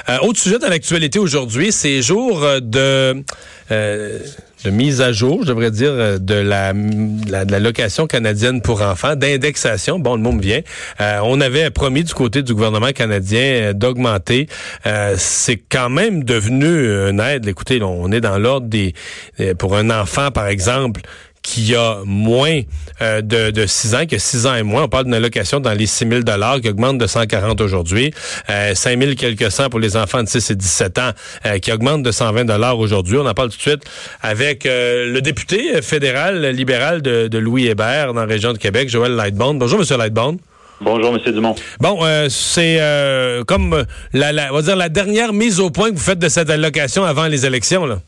Autre sujet dans l'actualité aujourd'hui, c'est jour de mise à jour, je devrais dire, de la location canadienne pour enfants, d'indexation. Bon, le mot me vient. On avait promis du côté du gouvernement canadien d'augmenter. C'est quand même devenu une aide. Écoutez, on est dans l'ordre pour un enfant, par exemple, qui a moins de 6 ans, qui a 6 ans et moins. On parle d'une allocation dans les 6 000 $ qui augmente de 140 aujourd'hui. 5 000 quelques cents pour les enfants de 6 et 17 ans qui augmente de 120 $ aujourd'hui. On en parle tout de suite avec le député fédéral libéral de Louis Hébert dans la région de Québec, Joël Lightbound. Bonjour, M. Lightbound. Bonjour, M. Dumont. Bon, c'est comme on va dire la dernière mise au point que vous faites de cette allocation avant les élections, là.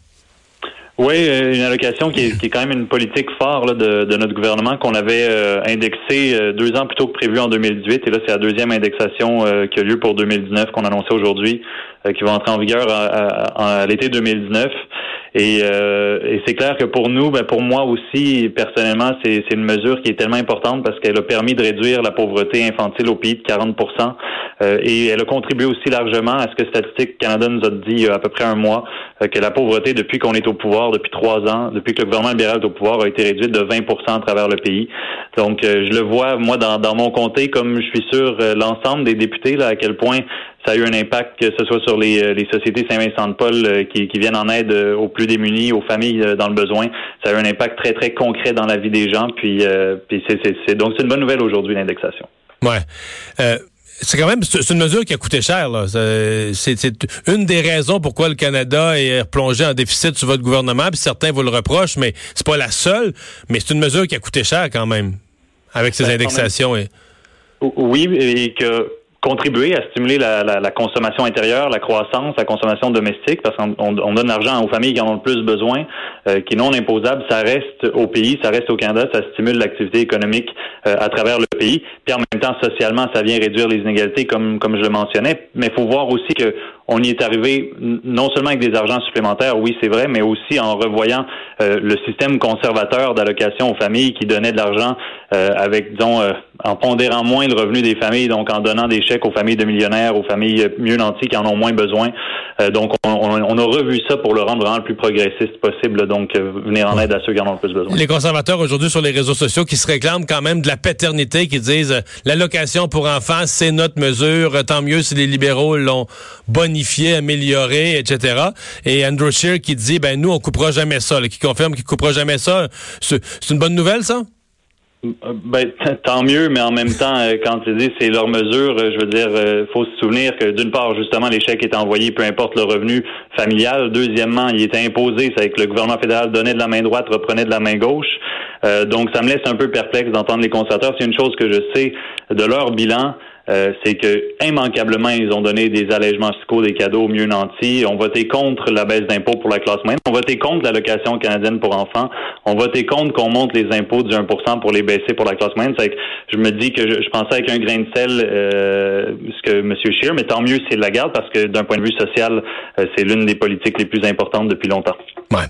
Oui, une allocation qui est quand même une politique phare là, de notre gouvernement qu'on avait indexée 2 ans plus tôt que prévu en 2018. Et là, c'est la deuxième indexation qui a lieu pour 2019 qu'on annonçait aujourd'hui, qui va entrer en vigueur à l'été 2019. Et c'est clair que pour nous, pour moi aussi, personnellement, c'est une mesure qui est tellement importante parce qu'elle a permis de réduire la pauvreté infantile au pays de 40 %. Et elle a contribué aussi largement à ce que Statistique Canada nous a dit il y a à peu près un mois, que la pauvreté, depuis qu'on est au pouvoir, depuis 3 ans, depuis que le gouvernement libéral est au pouvoir, a été réduite de 20 % à travers le pays. Donc, je le vois, moi, dans mon comté, comme je suis sûr l'ensemble des députés, là, à quel point ça a eu un impact, que ce soit sur les sociétés Saint-Vincent-de-Paul qui viennent en aide aux plus démunis, aux familles dans le besoin. Ça a eu un impact très, très concret dans la vie des gens. Puis donc, c'est une bonne nouvelle aujourd'hui, l'indexation. Ouais. C'est quand même, c'est une mesure qui a coûté cher, là. C'est une des raisons pourquoi le Canada est plongé en déficit sous votre gouvernement, puis certains vous le reprochent, mais c'est pas la seule, mais c'est une mesure qui a coûté cher quand même, avec ces indexations. Oui, et que contribuer à stimuler la consommation intérieure, la croissance, la consommation domestique, parce qu'on donne l'argent aux familles qui en ont le plus besoin, qui est non imposable, ça reste au pays, ça reste au Canada, ça stimule l'activité économique à travers le pays. Puis en même temps, socialement, ça vient réduire les inégalités, comme je le mentionnais. Mais il faut voir aussi que on y est arrivé non seulement avec des argents supplémentaires, oui, c'est vrai, mais aussi en revoyant le système conservateur d'allocation aux familles qui donnait de l'argent avec, disons, en pondérant moins le revenu des familles, donc en donnant des chèques aux familles de millionnaires, aux familles mieux nanties qui en ont moins besoin. Donc, on a revu ça pour le rendre vraiment le plus progressiste possible, donc venir en aide à ceux qui en ont le plus besoin. Les conservateurs aujourd'hui sur les réseaux sociaux qui se réclament quand même de la paternité, qui disent l'allocation pour enfants, c'est notre mesure, tant mieux si les libéraux l'ont bonifié, amélioré, etc. Et Andrew Scheer qui dit, nous, on coupera jamais ça, qui confirme qu'il coupera jamais ça. C'est une bonne nouvelle, ça? Tant mieux, mais en même temps, quand tu dis c'est leur mesure, je veux dire, faut se souvenir que d'une part, justement, les chèques étaient envoyés, peu importe le revenu familial. Deuxièmement, il était imposé, c'est que le gouvernement fédéral donnait de la main droite, reprenait de la main gauche. Donc, ça me laisse un peu perplexe d'entendre les conservateurs. C'est une chose que je sais de leur bilan. C'est que immanquablement, ils ont donné des allègements fiscaux, des cadeaux aux mieux nantis. On voté contre la baisse d'impôts pour la classe moyenne. On voté contre l'allocation canadienne pour enfants. On voté contre qu'on monte les impôts du 1 % pour les baisser pour la classe moyenne. C'est que je me dis que je pensais avec un grain de sel ce que M. Scheer, mais tant mieux s'il la garde parce que d'un point de vue social, c'est l'une des politiques les plus importantes depuis longtemps. Ouais.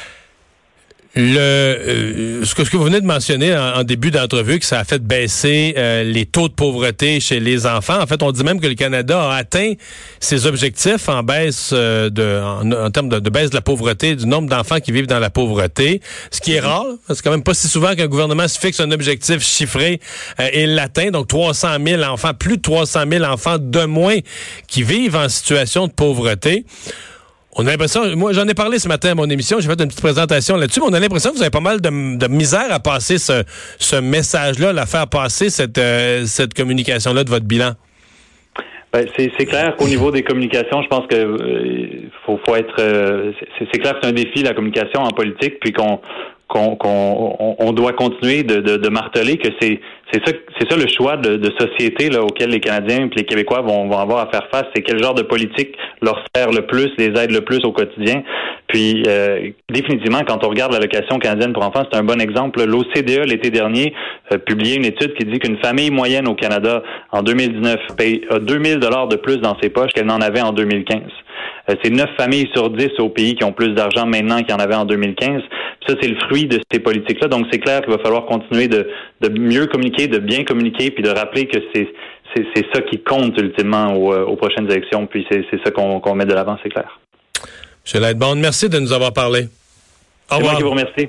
Ce que vous venez de mentionner en début d'entrevue, que ça a fait baisser les taux de pauvreté chez les enfants. En fait, on dit même que le Canada a atteint ses objectifs en baisse en termes de baisse de la pauvreté, du nombre d'enfants qui vivent dans la pauvreté, ce qui est rare. C'est quand même pas si souvent qu'un gouvernement se fixe un objectif chiffré et l'atteint. Donc 300 000 enfants, plus de 300 000 enfants de moins qui vivent en situation de pauvreté. On a l'impression, moi j'en ai parlé ce matin à mon émission, j'ai fait une petite présentation là-dessus, mais on a l'impression que vous avez pas mal de misère à passer ce message-là, à faire passer cette communication-là de votre bilan. C'est clair qu'au niveau des communications, je pense que faut être. C'est clair que c'est un défi la communication en politique, puis qu'on doit continuer de marteler que c'est ça le choix de société là auquel les Canadiens et les Québécois vont avoir à faire face. C'est quel genre de politique leur sert le plus, les aide le plus au quotidien. Puis définitivement, quand on regarde l'allocation canadienne pour enfants, c'est un bon exemple. L'OCDE l'été dernier a publié une étude qui dit qu'une famille moyenne au Canada en 2019 paye 2 000 $ de plus dans ses poches qu'elle n'en avait en 2015. C'est 9 familles sur 10 au pays qui ont plus d'argent maintenant qu'il y en avait en 2015. Puis ça, c'est le fruit de ces politiques-là. Donc, c'est clair qu'il va falloir continuer de mieux communiquer, de bien communiquer, puis de rappeler que c'est ça qui compte ultimement aux prochaines élections. Puis c'est ça qu'on met de l'avant, c'est clair. M. Lightbound, merci de nous avoir parlé. Au revoir. C'est moi qui vous remercie.